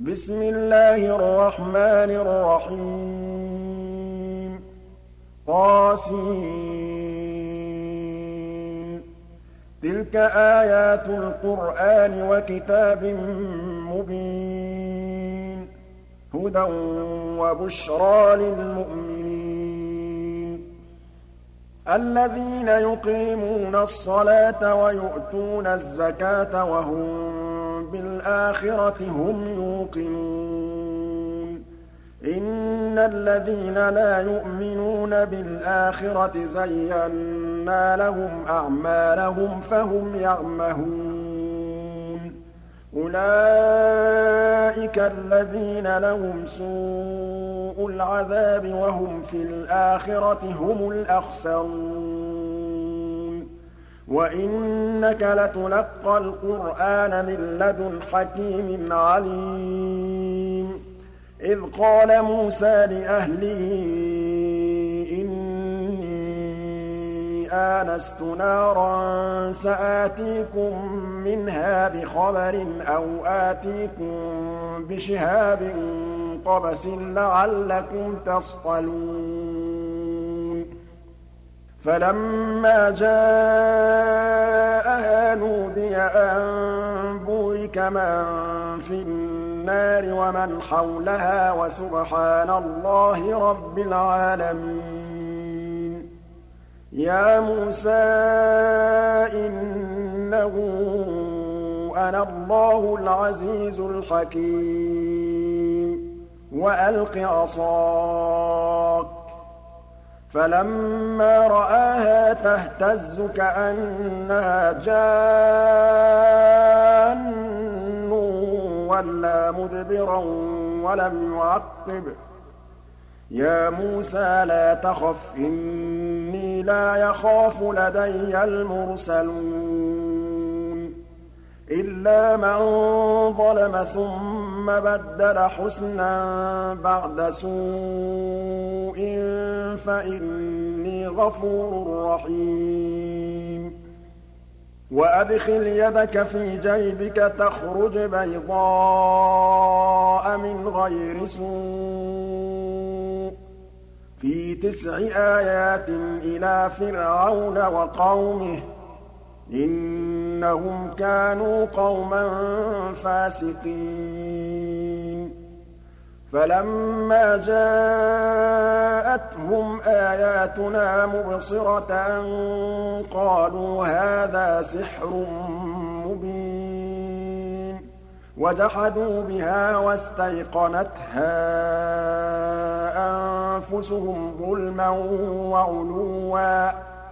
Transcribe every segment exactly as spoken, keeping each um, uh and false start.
بسم الله الرحمن الرحيم طاسين تلك آيات القرآن وكتاب مبين هدى وبشرى للمؤمنين الذين يقيمون الصلاة ويؤتون الزكاة وهم بالآخرة هم يوقنون إن الذين لا يؤمنون بالآخرة زينا لهم أعمالهم فهم يعمهون أولئك الذين لهم سوء العذاب وهم في الآخرة هم الأخسرون وإنك لتلقى القرآن من لدن حكيم عليم إذ قال موسى لأهله إني آنست نارا سآتيكم منها بخبر أو آتيكم بشهاب قبس لعلكم تصطلون فلما جاءها نودي أن بورك من في النار ومن حولها وسبحان الله رب العالمين يا موسى إنه أنا الله العزيز الحكيم وألق عصاك فلما رآها تهتز كأنها جان ولا مدبرا ولم يعقب يا موسى لا تخف إني لا يخاف لدي المرسلون إلا من ظلم ثم بدل حسنا بعد سوء فإني غفور رحيم وأدخل يدك في جيبك تخرج بيضاء من غير سوء في تسع آيات إلى فرعون وقومه إنهم كانوا قوما فاسقين فلما جاءتهم آياتنا مبصرة قالوا هذا سحر مبين وجحدوا بها واستيقنتها أنفسهم ظلما وعلوا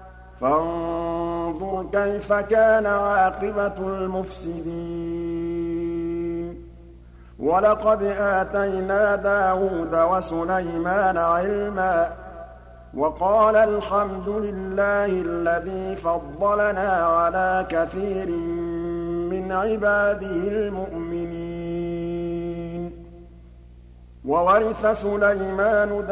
فانظر كيف كان عاقبة المفسدين ولقد آتينا داود وسليمان علما وقال الحمد لله الذي فضلنا على كثير من عباده المؤمنين وورث سليمان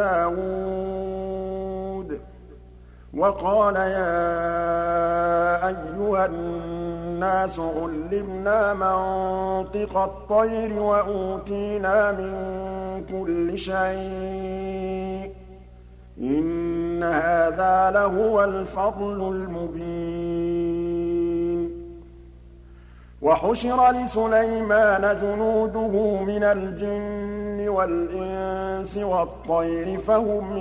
داود وقال يا أيها الناس علمنا منطق الطير وأوتينا من كل شيء إن هذا لهو الفضل المبين وحشر لسليمان جنوده من الجن والإنس والطير فهم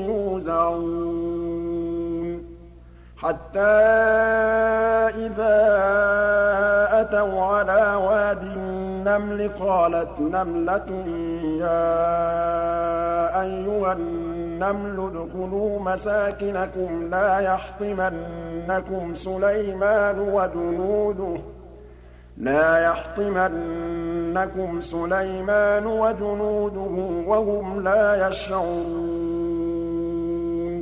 يوزعون حتى إذا أتوا على واد النمل قالت نملة يا أيها النمل ادخلوا مساكنكم لا يحطمنكم سليمان وجنوده لا يحطمنكم سليمان وجنوده وهم لا يشعرون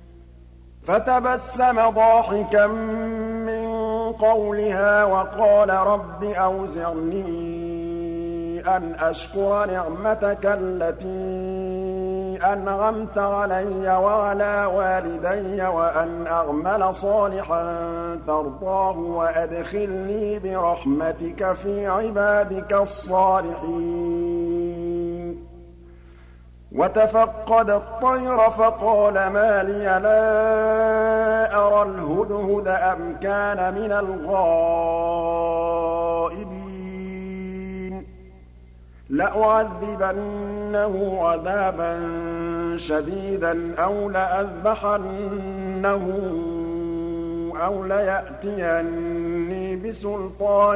فتبسم ضاحكا من قولها وقال رب أوزعني أن أشكر نعمتك التي أنعمت علي وعلى والدي وأن أعمل صالحا ترضاه وأدخلني برحمتك في عبادك الصالحين وتفقد الطير فقال ما لي لا أرى الهدهد أم كان من الغائبين لأعذبنه عذابا شديدا أو لأذبحنه أو ليأتيني بسلطان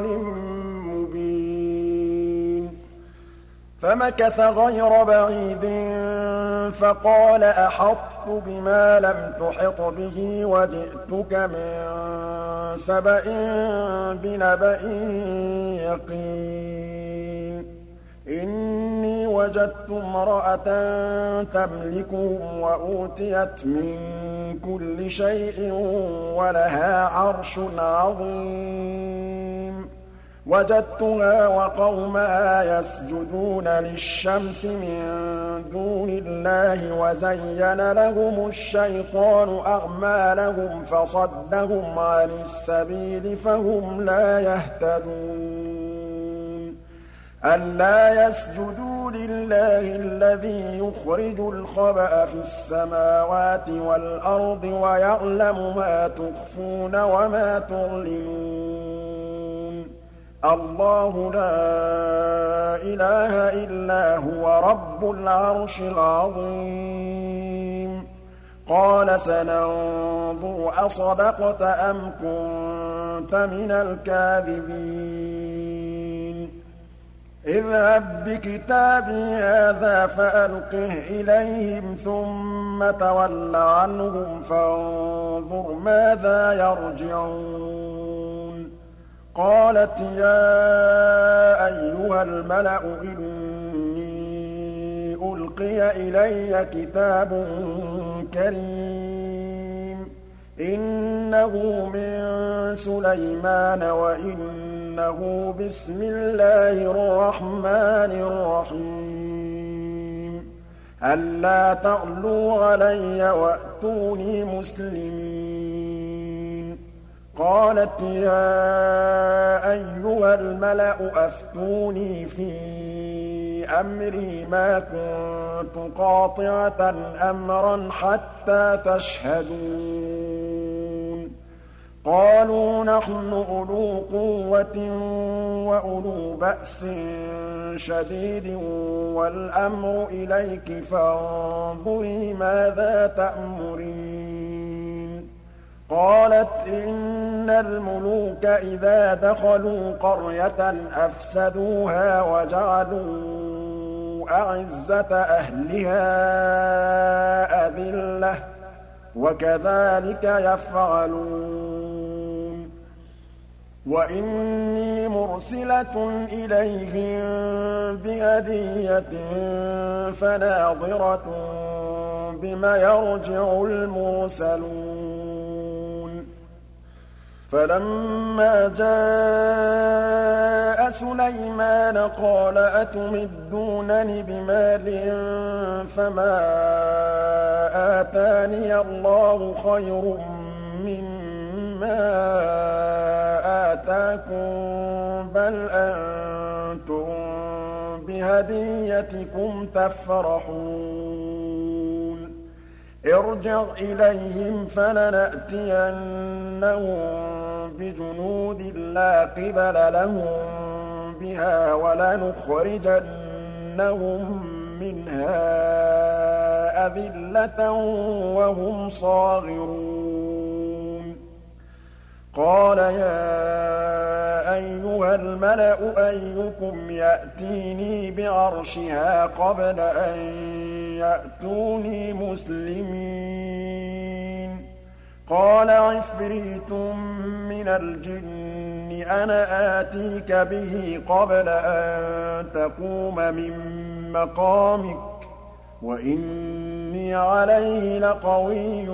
مبين فمكث غير بعيد فقال أحطت بما لم تحط به وجئتك من سبأ بنبأ يقين إني وجدت امرأة تملكهم وأوتيت من كل شيء ولها عرش عظيم وجدتها وقومها يسجدون للشمس من دون الله وزين لهم الشيطان أعمالهم فصدهم عن السبيل فهم لا يهتدون ألا يسجدوا لله الذي يخرج الخبأ في السماوات والأرض ويعلم ما تخفون وما تعلنون الله لا إله إلا هو رب العرش العظيم قال سننظر أصدقت أم كنت من الكاذبين اذهب بكتابي هذا فألقه إليهم ثم تول عنهم فانظر ماذا يرجعون قالت يا أيها الملأ إني ألقي إلي كتاب كريم إنه من سليمان وإنه بسم الله الرحمن الرحيم ألا تعلوا علي وأتوني مسلمين قالت يا أيها الملأ أفتوني في أمري ما كنت قاطعة أمرا حتى تشهدون قالوا نحن أولو قوة وأولو بأس شديد والأمر إليك فانظري ماذا تأمرين قالت إن الملوك إذا دخلوا قرية أفسدوها وجعلوا أعزة أهلها أذلة وكذلك يفعلون وإني مرسلة إليهم بهدية فناظرة بما يرجع المرسلون فلما جاء سليمان قال أتمدونني بمال فما آتاني الله خير مما آتاكم بل أنتم بهديتكم تفرحون ارجع إليهم فلنأتينهم بجنود لا قبل لهم بها ولنخرجنهم منها أذلة وهم صاغرون قال يا أيها الملأ أيكم يأتيني بعرشها قبل أن يأتوني مسلمين قال عفريت من الجن أنا آتيك به قبل أن تقوم من مقامك وإني عليه لقوي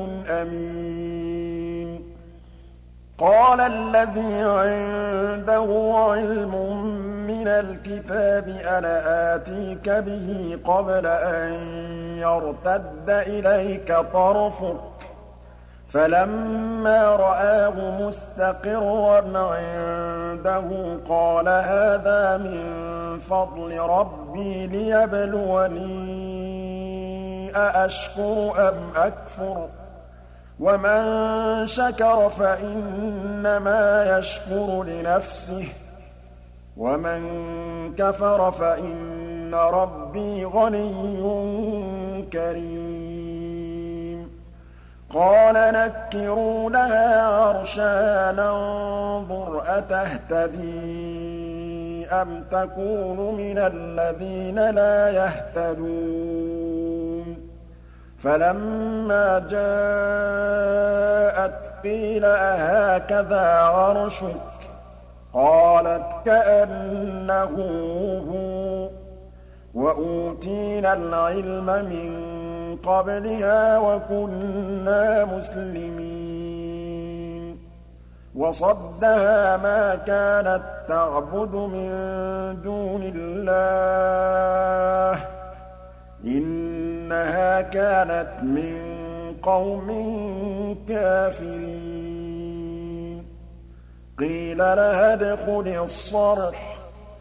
أمين قال الذي عنده علم من الكتاب أنا آتيك به قبل أن يرتد إليك طرفك فلما رآه مستقرا عنده قال هذا من فضل ربي ليبلوني أأشكر أم أكفر ومن شكر فإنما يشكر لنفسه ومن كفر فإن ربي غني كريم قال نكروا لها عرشها ننظر أتهتدي أم تكون من الذين لا يهتدون فلما جاءت قيل أهكذا عرشك قالت كأنه هو وأوتينا العلم من قبلها وكنا مسلمين وصدها ما كانت تعبد من دون الله إنها كانت من قوم كافرين قيل لها ادخلي الصرح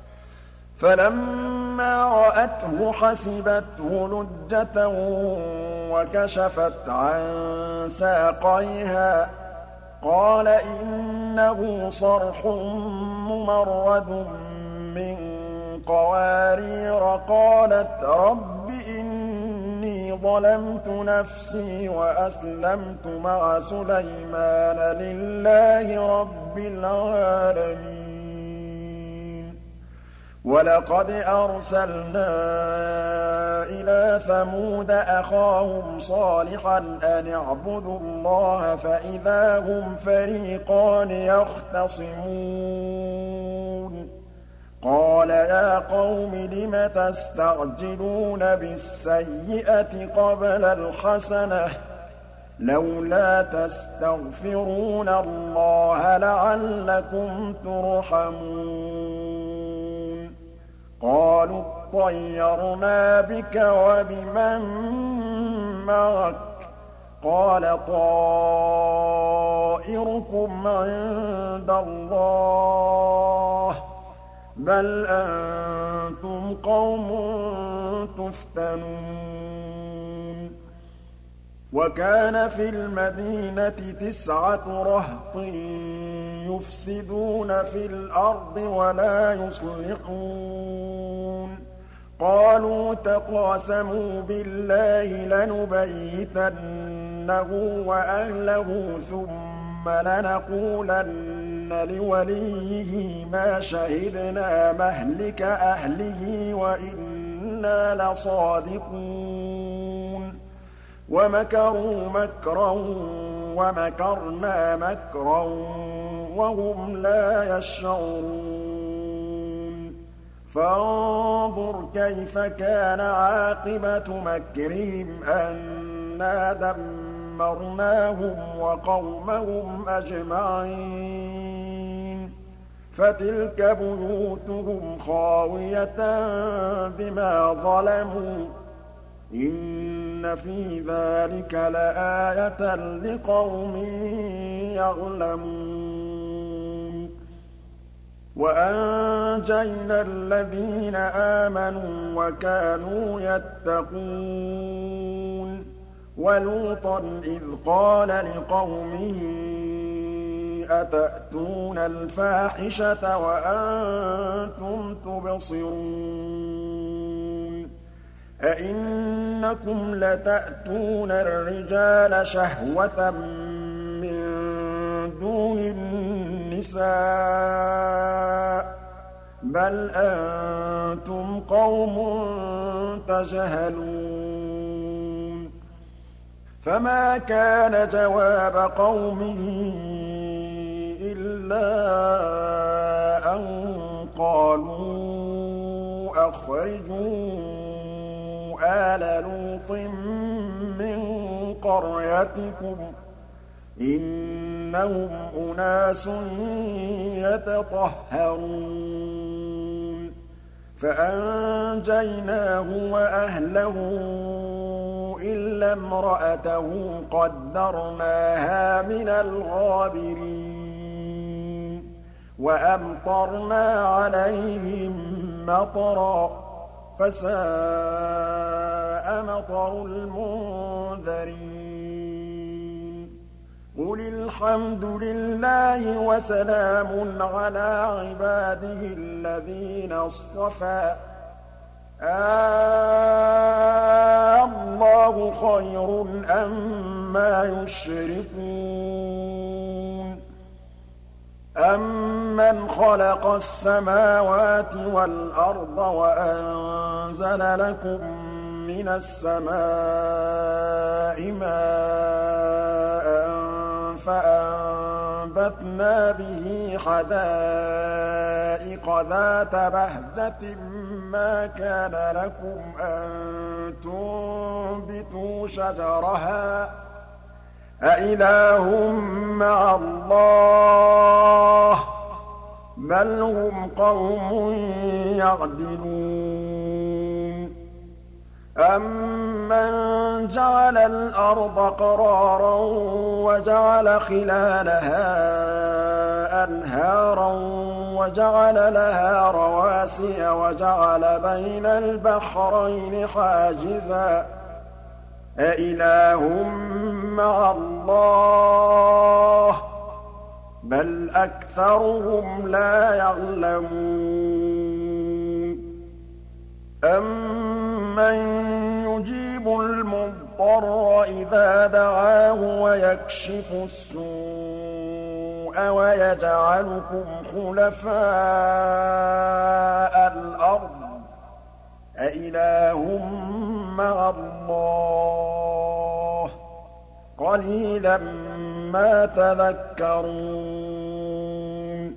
فلما رأته حسبته لجة وكشفت عن ساقيها قال إنه صرح ممرد من قوارير قالت رب إني ظلمت نفسي وأسلمت مع سليمان لله رب العالمين ولقد أرسلنا إلى ثمود أخاهم صالحا أن اعبدوا الله فإذا هم فريقان يختصمون قال يا قوم لم تستعجلون بالسيئة قبل الحسنة لولا تستغفرون الله لعلكم ترحمون قالوا اطيرنا بك وبمن معك قال طائركم عند الله بل أنتم قوم تفتنون وكان في المدينة تسعة رهط يفسدون في الأرض ولا يصلحون قالوا تقاسموا بالله لنبيتنه وأهله ثم لنقولن لوليه ما شهدنا مهلك أهله وإنا لصادقون ومكروا مكرا ومكرنا مكرا وهم لا يشعرون فانظر كيف كان عاقبة مكرهم أنا دمرناهم وقومهم أجمعين فتلك بيوتهم خاوية بما ظلموا إن في ذلك لآية لقوم يعلمون وأنجينا الذين آمنوا وكانوا يتقون ولوطا إذ قال لقومه أتأتون الفاحشة وأنتم تبصرون أئنكم لتأتون الرجال شهوة من دون النساء بل أنتم قوم تجهلون فما كان جواب قومه إلا أن قالوا أخرجوا آل لوط من قريتكم إنهم أناس يتطهرون فأنجيناه وأهله إلا امرأته قدرناها من الغابرين وأمطرنا عليهم مطرا فساء السَّاءَ مَطَرُ الْمُنذَرِينَ قُلِ الْحَمْدُ لِلَّهِ وَسَلَامٌ عَلَىٰ عِبَادِهِ الَّذِينَ اصْطَفَىٰ آللَّهُ خَيْرٌ أَمَّا يُشْرِكُونَ أَمَّنْ خَلَقَ السَّمَاوَاتِ وَالْأَرْضَ وَأَنزَلَ لَكُم مِّنَ السَّمَاءِ مَاءً فَأَنبَتْنَا بِهِ حَدَائِقَ ذَاتَ بَهْجَةٍ مَّا كَانَ لَكُمْ أَن تُنبِتُوا شَجَرَهَا أَإِلَٰهٌ مَّعَ اللَّهِ ۚ بَلْ هُمْ قَوْمٌ يَعْدِلُونَ أَمَّن جَعَلَ الْأَرْضَ قَرَارًا وَجَعَلَ خِلَالَهَا أَنْهَارًا وَجَعَلَ لَهَا رَوَاسِيَ وَجَعَلَ بَيْنَ الْبَحْرَيْنِ حَاجِزًا أَإِلَٰهٌ مَّعَ اللَّهِ ۚ بَلْ أَكْثَرُهُمْ لَا يَعْلَمُونَ أَمَّن يُجِيبُ الْمُضْطَرَّ إِذَا دَعَاهُ وَيَكْشِفُ السُّوءَ وَيَجْعَلُكُمْ خُلَفَاءَ الْأَرْضِ أَإِلَٰهٌ مَّعَ اللَّهِ ۚ قَلِيلًا مَّا تَذَكَّرُونَ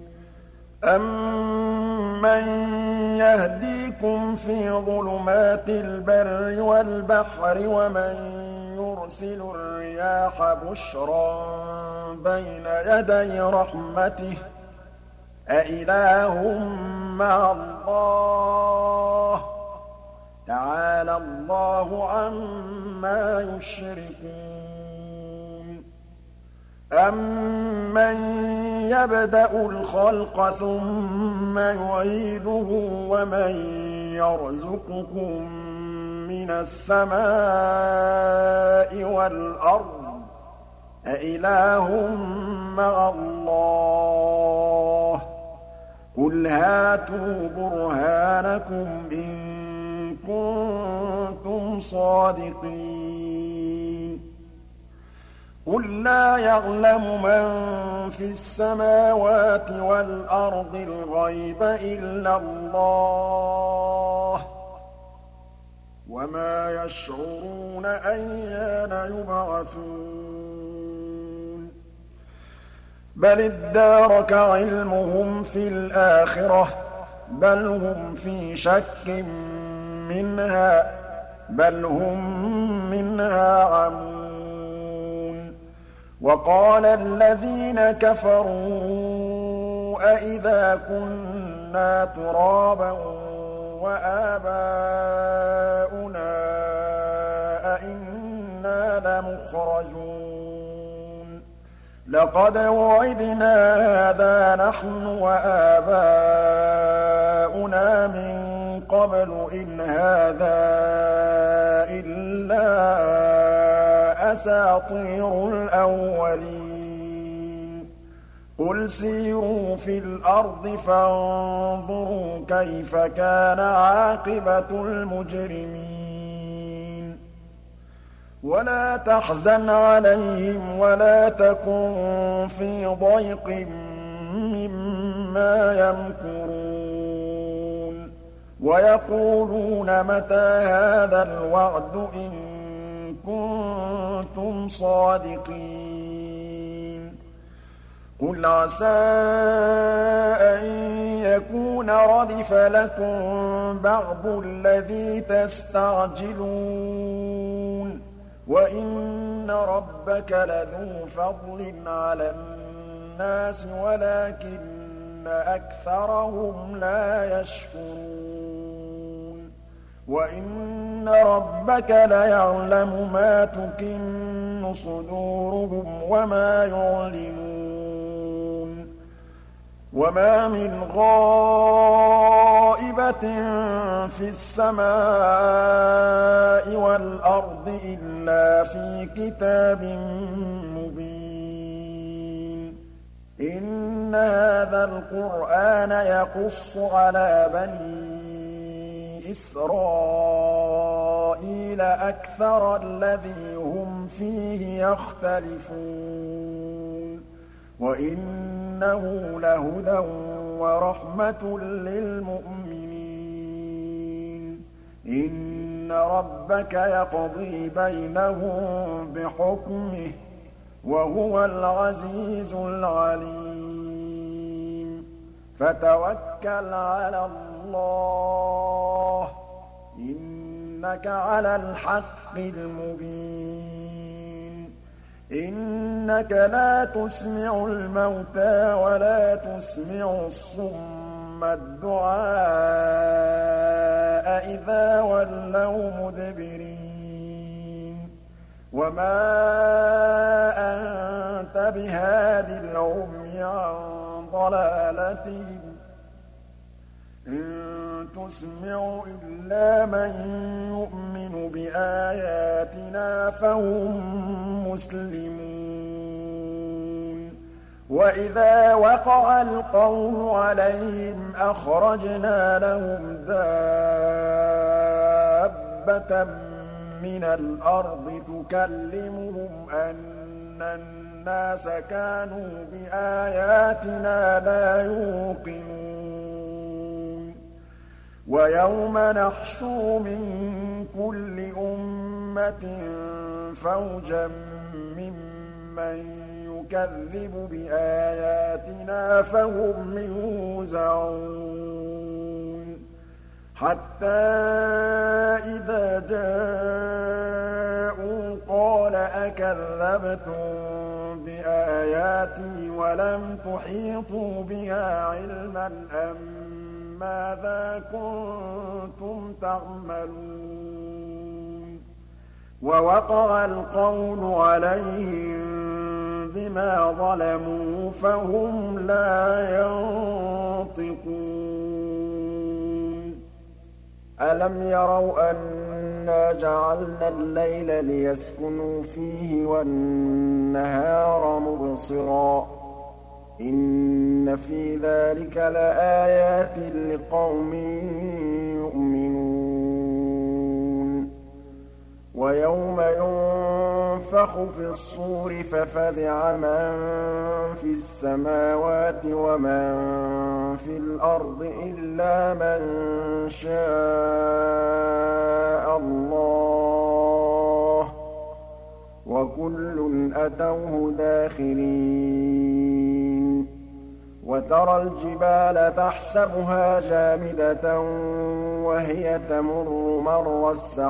أَمَّن يَهْدِيكُمْ فِي ظُلُمَاتِ الْبَرِّ وَالْبَحْرِ وَمَن يُرْسِلُ الرِّيَاحَ بُشْرًا بَيْنَ يَدَيْ رَحْمَتِهِ أَإِلَٰهٌ مَّعَ اللَّهِ ۚ تَعَالَى اللَّهُ عَمَّا يُشْرِكُونَ أَمَّن يَبْدَأُ الْخَلْقَ ثُمَّ يُعِيدُهُ وَمَن يَرْزُقُكُم مِّنَ السَّمَاءِ وَالْأَرْضِ أَإِلَٰهٌ مَّعَ اللَّهِ ۚ قُلْ هَاتُوا بُرْهَانَكُمْ إِن كُنتُمْ صَادِقِينَ قُل لَّا يَعْلَمُ مَن فِي السَّمَاوَاتِ وَالْأَرْضِ الْغَيْبَ إِلَّا اللَّهُ ۚ وَمَا يَشْعُرُونَ أَيَّانَ يُبْعَثُونَ بَلِ ادَّارَكَ عِلْمُهُمْ فِي الْآخِرَةِ ۚ بَلْ هُمْ فِي شَكٍّ مِّنْهَا ۖ بَلْ هُم مِّنْهَا عَمُونَ وَقَالَ الَّذِينَ كَفَرُوا أَإِذَا كُنَّا تُرَابًا وَآبَاؤُنَا أَإِنَّا لَمُخْرَجُونَ لَقَدْ وُعِدْنَا هَٰذَا نَحْنُ وَآبَاؤُنَا مِن قَبْلُ إِنْ هَٰذَا إِلَّا أَسَاطِيرُ الْأَوَّلِينَ قُلْ سِيرُوا فِي الْأَرْضِ فَانظُرُوا كَيْفَ كَانَ عَاقِبَةُ الْمُجْرِمِينَ وَلَا تَحْزَنْ عَلَيْهِمْ وَلَا تَكُن فِي ضَيْقٍ مِّمَّا يَمْكُرُونَ وَيَقُولُونَ مَتَىٰ هَٰذَا الْوَعْدُ إِن كُنتُمْ صَادِقِينَ قُلْ عَسَىٰ أَن يَكُونَ رَدِفَ لَكُم بَعْضُ الَّذِي تَسْتَعْجِلُونَ وَإِنَّ رَبَّكَ لَذُو فَضْلٍ عَلَى النَّاسِ وَلَٰكِنَّ أَكْثَرَهُمْ لَا يَشْكُرُونَ وَإِنَّ رَبَّكَ لَيَعْلَمُ مَا تُكِنُّ صُدُورُهُمْ وَمَا يُعْلِنُونَ وَمَا مِنْ غَائِبَةٍ فِي السَّمَاءِ وَالْأَرْضِ في كتاب مبين إن هذا القرآن يقص على بني إسرائيل أكثر الذي هم فيه يختلفون وإنه لهدى ورحمة للمؤمنين إن ربك يقضي بينهم بحكمه وهو العزيز العليم فتوكل على الله إنك على الحق المبين إنك لا تسمع الموتى ولا تسمع الصم الدعاء إذا ولوا مدبرين وما أنت بهاد العمي عن ضلالتهم إن تسمع إلا من يؤمن بآياتنا فهم مسلمون وإذا وقع القول عليهم أخرجنا لهم دابة من الأرض تكلمهم أن الناس كانوا بآياتنا لا يوقنون ويوم نحشر من كل أمة فوجا ممن يكذب بآياتنا فهم يوزعون حتى إذا جاءوا قال أكذبتم بآياتي ولم تحيطوا بها علما أم ماذا كنتم تعملون ووقع القول عليهم بما ظلموا فهم لا ينطقون ألم يروا أنا جعلنا الليل ليسكنوا فيه والنهار مبصرا إن في ذلك لآيات لقوم يؤمنون ويوم ينفخ في الصور ففزع من في السماوات ومن في الأرض إلا من شاء الله وكل أتوه داخرين وترى الجبال تحسبها جامدة وهي تمر مر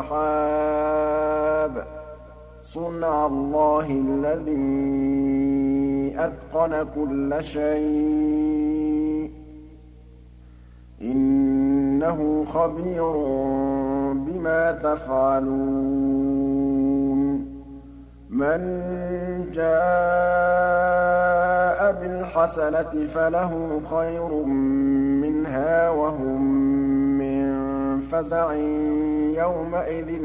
السحاب صنع الله الذي أتقن كل شيء إنه خبير بما تفعلون من جاء بالحسنة فله خير منها وهم من فزع يومئذ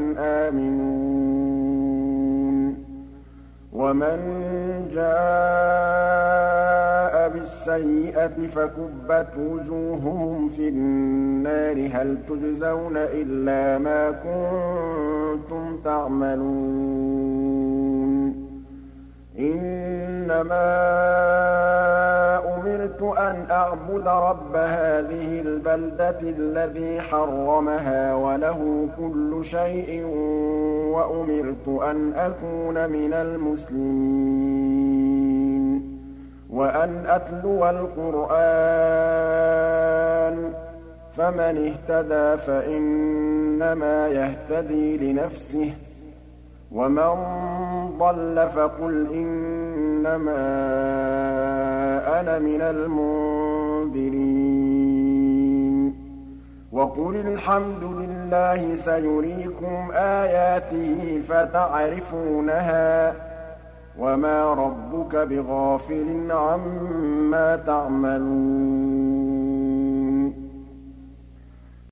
آمنون ومن جاء بالسيئة فكبت وجوههم في النار هل تجزون إلا ما كنتم تعملون إنما أمرت أن أعبد رب هذه البلدة الذي حرمها وله كل شيء وأمرت أن أكون من المسلمين وأن أتلو القرآن فمن اهتدى فإنما يهتدي لنفسه ومن ضل فقل إنما أنا من المنذرين وقل الحمد لله سيريكم آياته فتعرفونها وما ربك بغافل عما تعملون